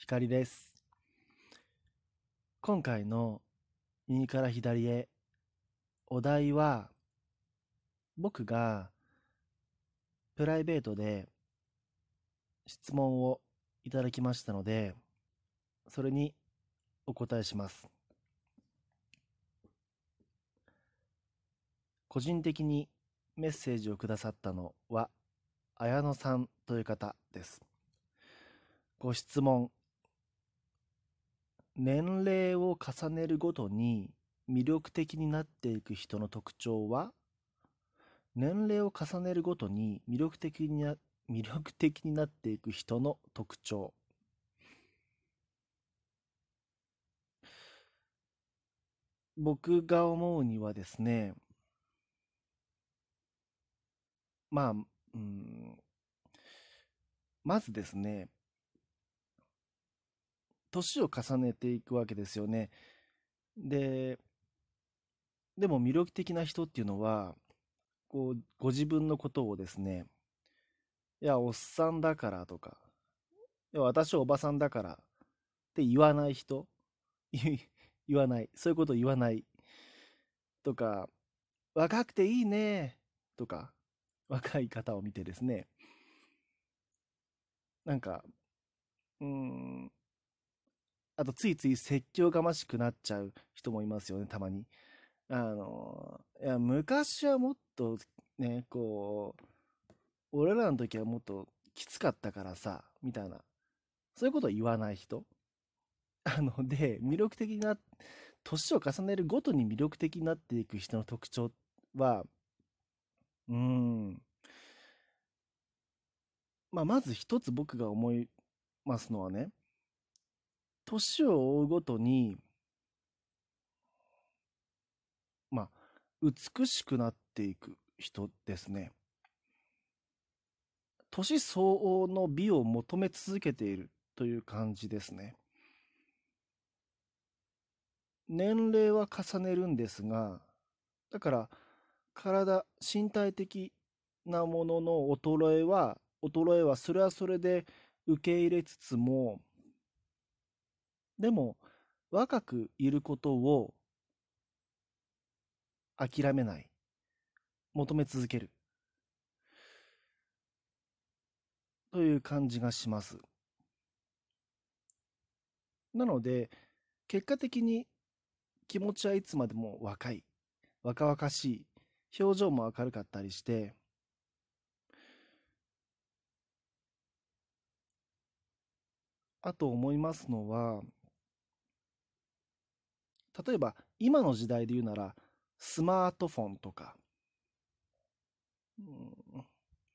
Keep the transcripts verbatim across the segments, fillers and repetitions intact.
光です。今回の右から左へお題は、僕がプライベートで質問をいただきましたので、それにお答えします。個人的にメッセージをくださったのは綾野さんという方です。ご質問。年齢を重ねるごとに魅力的になっていく人の特徴は？年齢を重ねるごとに魅力的にな魅力的になっていく人の特徴。僕が思うにはですね、まあ、うん、まずですね、年を重ねていくわけですよね。で、でも魅力的な人っていうのは、こう、ご自分のことをですね、いや、おっさんだからとか、いや、私はおばさんだからって言わない人、言言わない、そういうことを言わないとか、若くていいねとか、若い方を見てですね、なんか、うーん、あとついつい説教がましくなっちゃう人もいますよね、たまに。あの、いや、昔はもっとね、こう、俺らの時はもっときつかったからさ、みたいな、そういうことを言わない人。あの、で、魅力的な、年を重ねるごとに魅力的になっていく人の特徴は、うーん、まあ、まず一つ僕が思いますのはね、年を追うごとに、まあ、美しくなっていく人ですね。年相応の美を求め続けているという感じですね。年齢は重ねるんですが、だから体、身体的なものの衰えは、衰えはそれはそれで受け入れつつも、でも若くいることを諦めない、求め続けるという感じがします。なので、結果的に気持ちはいつまでも若い、若々しい、表情も明るかったりして、あと思いますのは、例えば今の時代で言うなら、スマートフォンとか、うん、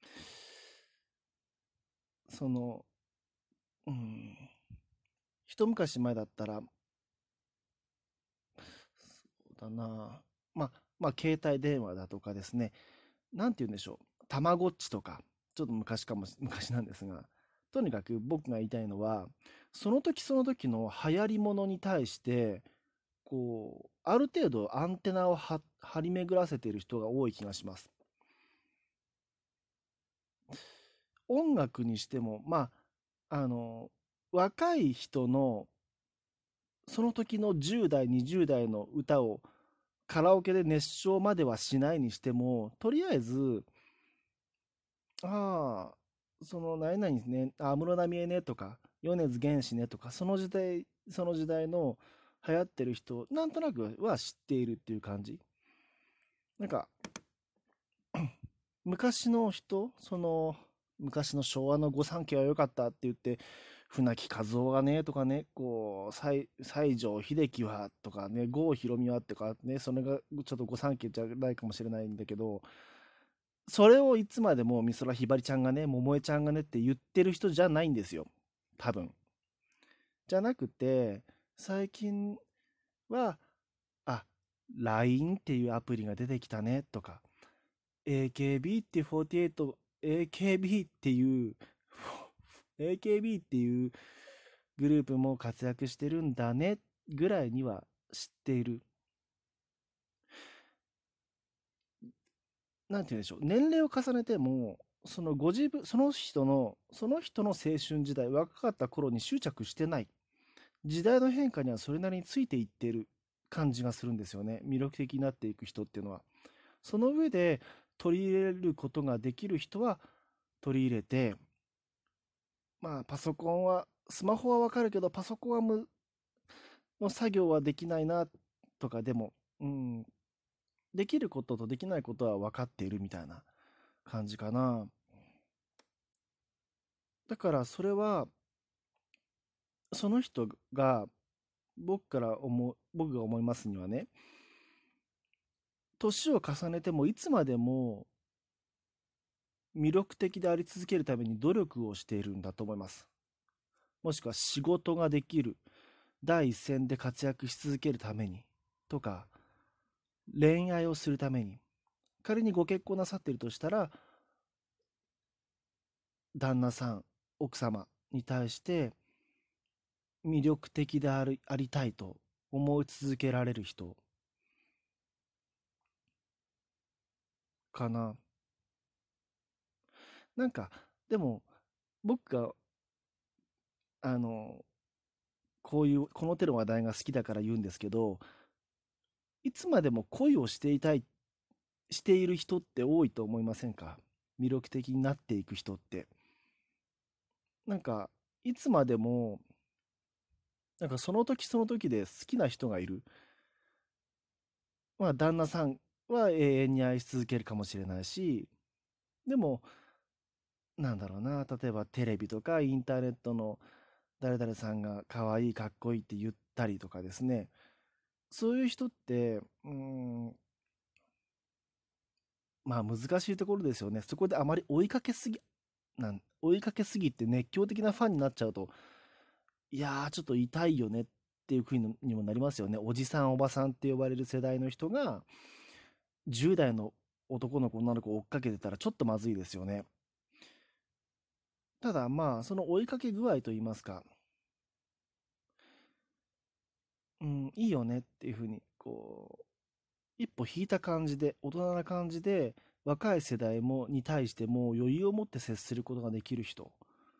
その、うん、一昔前だったら、そうだな、まあ、まあ、携帯電話だとかですね、なんて言うんでしょう、たまごっちとか、ちょっと昔かもし、昔なんですが、とにかく僕が言いたいのは、その時その時の流行りものに対して、こう、ある程度アンテナを張張り巡らせている人が多い気がします。音楽にしても、まあ、あの、若い人のその時のじゅう代、にじゅう代の歌をカラオケで熱唱まではしないにしても、とりあえず、ああ、その何々ね、安室奈美恵ねとか、米津玄師ねとか、その時代、その時代の流行ってる人、なんとなくは知っているっていう感じ。なんか、昔の人、その、昔の昭和の御三家は良かったって言って、船木和夫がね、とかね、こう、西西城秀樹は、とかね、郷ひろみは、とかね、それがちょっと御三家じゃないかもしれないんだけど、それをいつまでも美空ひばりちゃんがね、桃江ちゃんがねって言ってる人じゃないんですよ。多分。じゃなくて、最近は、あ、ライン っていうアプリが出てきたね、とか、エーケービー ってフォーティエイト、エーケービー っていう、エーケービー っていうグループも活躍してるんだね、ぐらいには知っている。なんて言うんでしょう。年齢を重ねても、 そのご自分、その人の、その人の青春時代、若かった頃に執着してない。時代の変化にはそれなりについていっている感じがするんですよね。魅力的になっていく人っていうのは。その上で取り入れることができる人は取り入れて、まあパソコンは、スマホはわかるけど、パソコンはむの作業はできないなとかでも、うん、できることとできないことは分かっているみたいな感じかな。だからそれは、その人が僕から思う、僕が思いますにはね、年を重ねてもいつまでも魅力的であり続けるために努力をしているんだと思います。もしくは仕事ができる、第一線で活躍し続けるために、とか、恋愛をするために、仮にご結婚なさっているとしたら、旦那さん、奥様に対して魅力的である、ありたいと思い続けられる人かな。なんか、でも、僕が、あの、こういう、この手の話題が好きだから言うんですけど、いつまでも恋をしていたい、している人って多いと思いませんか？魅力的になっていく人って。なんか、いつまでも、なんかその時その時で好きな人がいる。まあ、旦那さんは永遠に愛し続けるかもしれないし、でも、なんだろうな、例えばテレビとかインターネットの誰々さんが可愛い、かっこいいって言ったりとかですね、そういう人って、うーん、まあ難しいところですよね。そこであまり追いかけすぎ、なん追いかけすぎて熱狂的なファンになっちゃうと、いやー、ちょっと痛いよねっていう風にもなりますよね。おじさん、おばさんって呼ばれる世代の人が、じゅう代の男の子、女の子を追っかけてたらちょっとまずいですよね。ただまあ、その追いかけ具合といいますか、うん、いいよねっていう風に、こう、一歩引いた感じで、大人な感じで、若い世代もに対しても余裕を持って接することができる人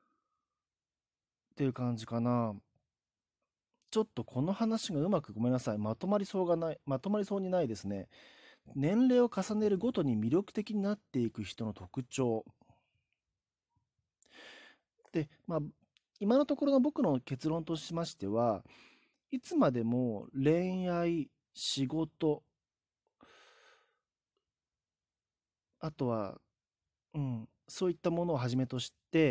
っていう感じかな。ちょっとこの話がうまくごめんなさい。まとまりそうがない、まとまりそうにないですね。年齢を重ねるごとに魅力的になっていく人の特徴。で、まあ、今のところの僕の結論としましては、いつまでも恋愛、仕事、あとは、うん、そういったものをはじめとして、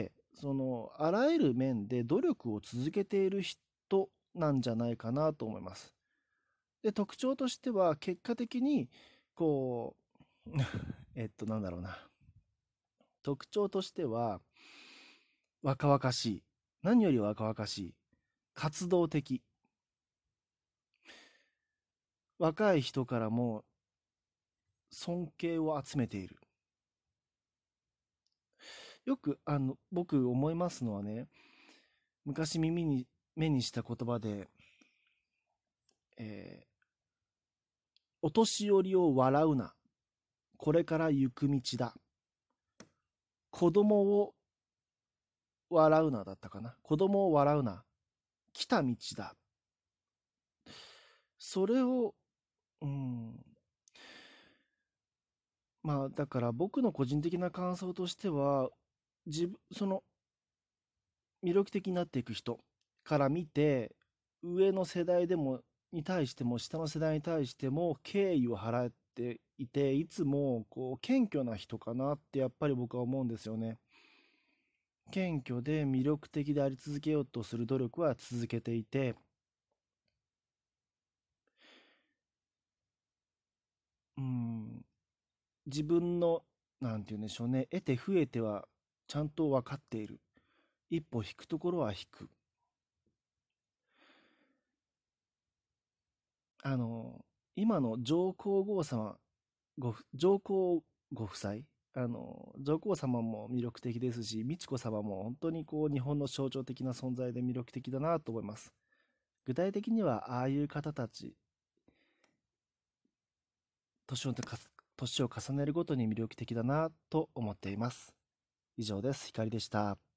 その、あらゆる面で努力を続けている人なんじゃないかなと思います。で、特徴としては、結果的に、こう、えっと、なんだろうな。特徴としては、若々しい。何より若々しい。活動的。若い人からも尊敬を集めている。よく、あの、僕思いますのはね、昔耳に、目にした言葉で、えーお年寄りを笑うな。これから行く道だ。子供を笑うなだったかな。子供を笑うな。来た道だ。それを、うん、まあ、だから僕の個人的な感想としては、自分、その魅力的になっていく人から見て、上の世代でも、に対しても、下の世代に対しても敬意を払っていて、いつもこう謙虚な人かなってやっぱり僕は思うんですよね。謙虚で魅力的であり続けようとする努力は続けていて、うん、自分の、なんて言うんでしょうね、得て増えてはちゃんと分かっている。一歩引くところは引く。あの、今の上皇后様、ごふ、上皇ご夫妻、あの、上皇様も魅力的ですし、美智子様も本当にこう、日本の象徴的な存在で魅力的だなと思います。具体的には、ああいう方たち、年をかす、年を重ねるごとに魅力的だなと思っています。 以上です。ひかりでした。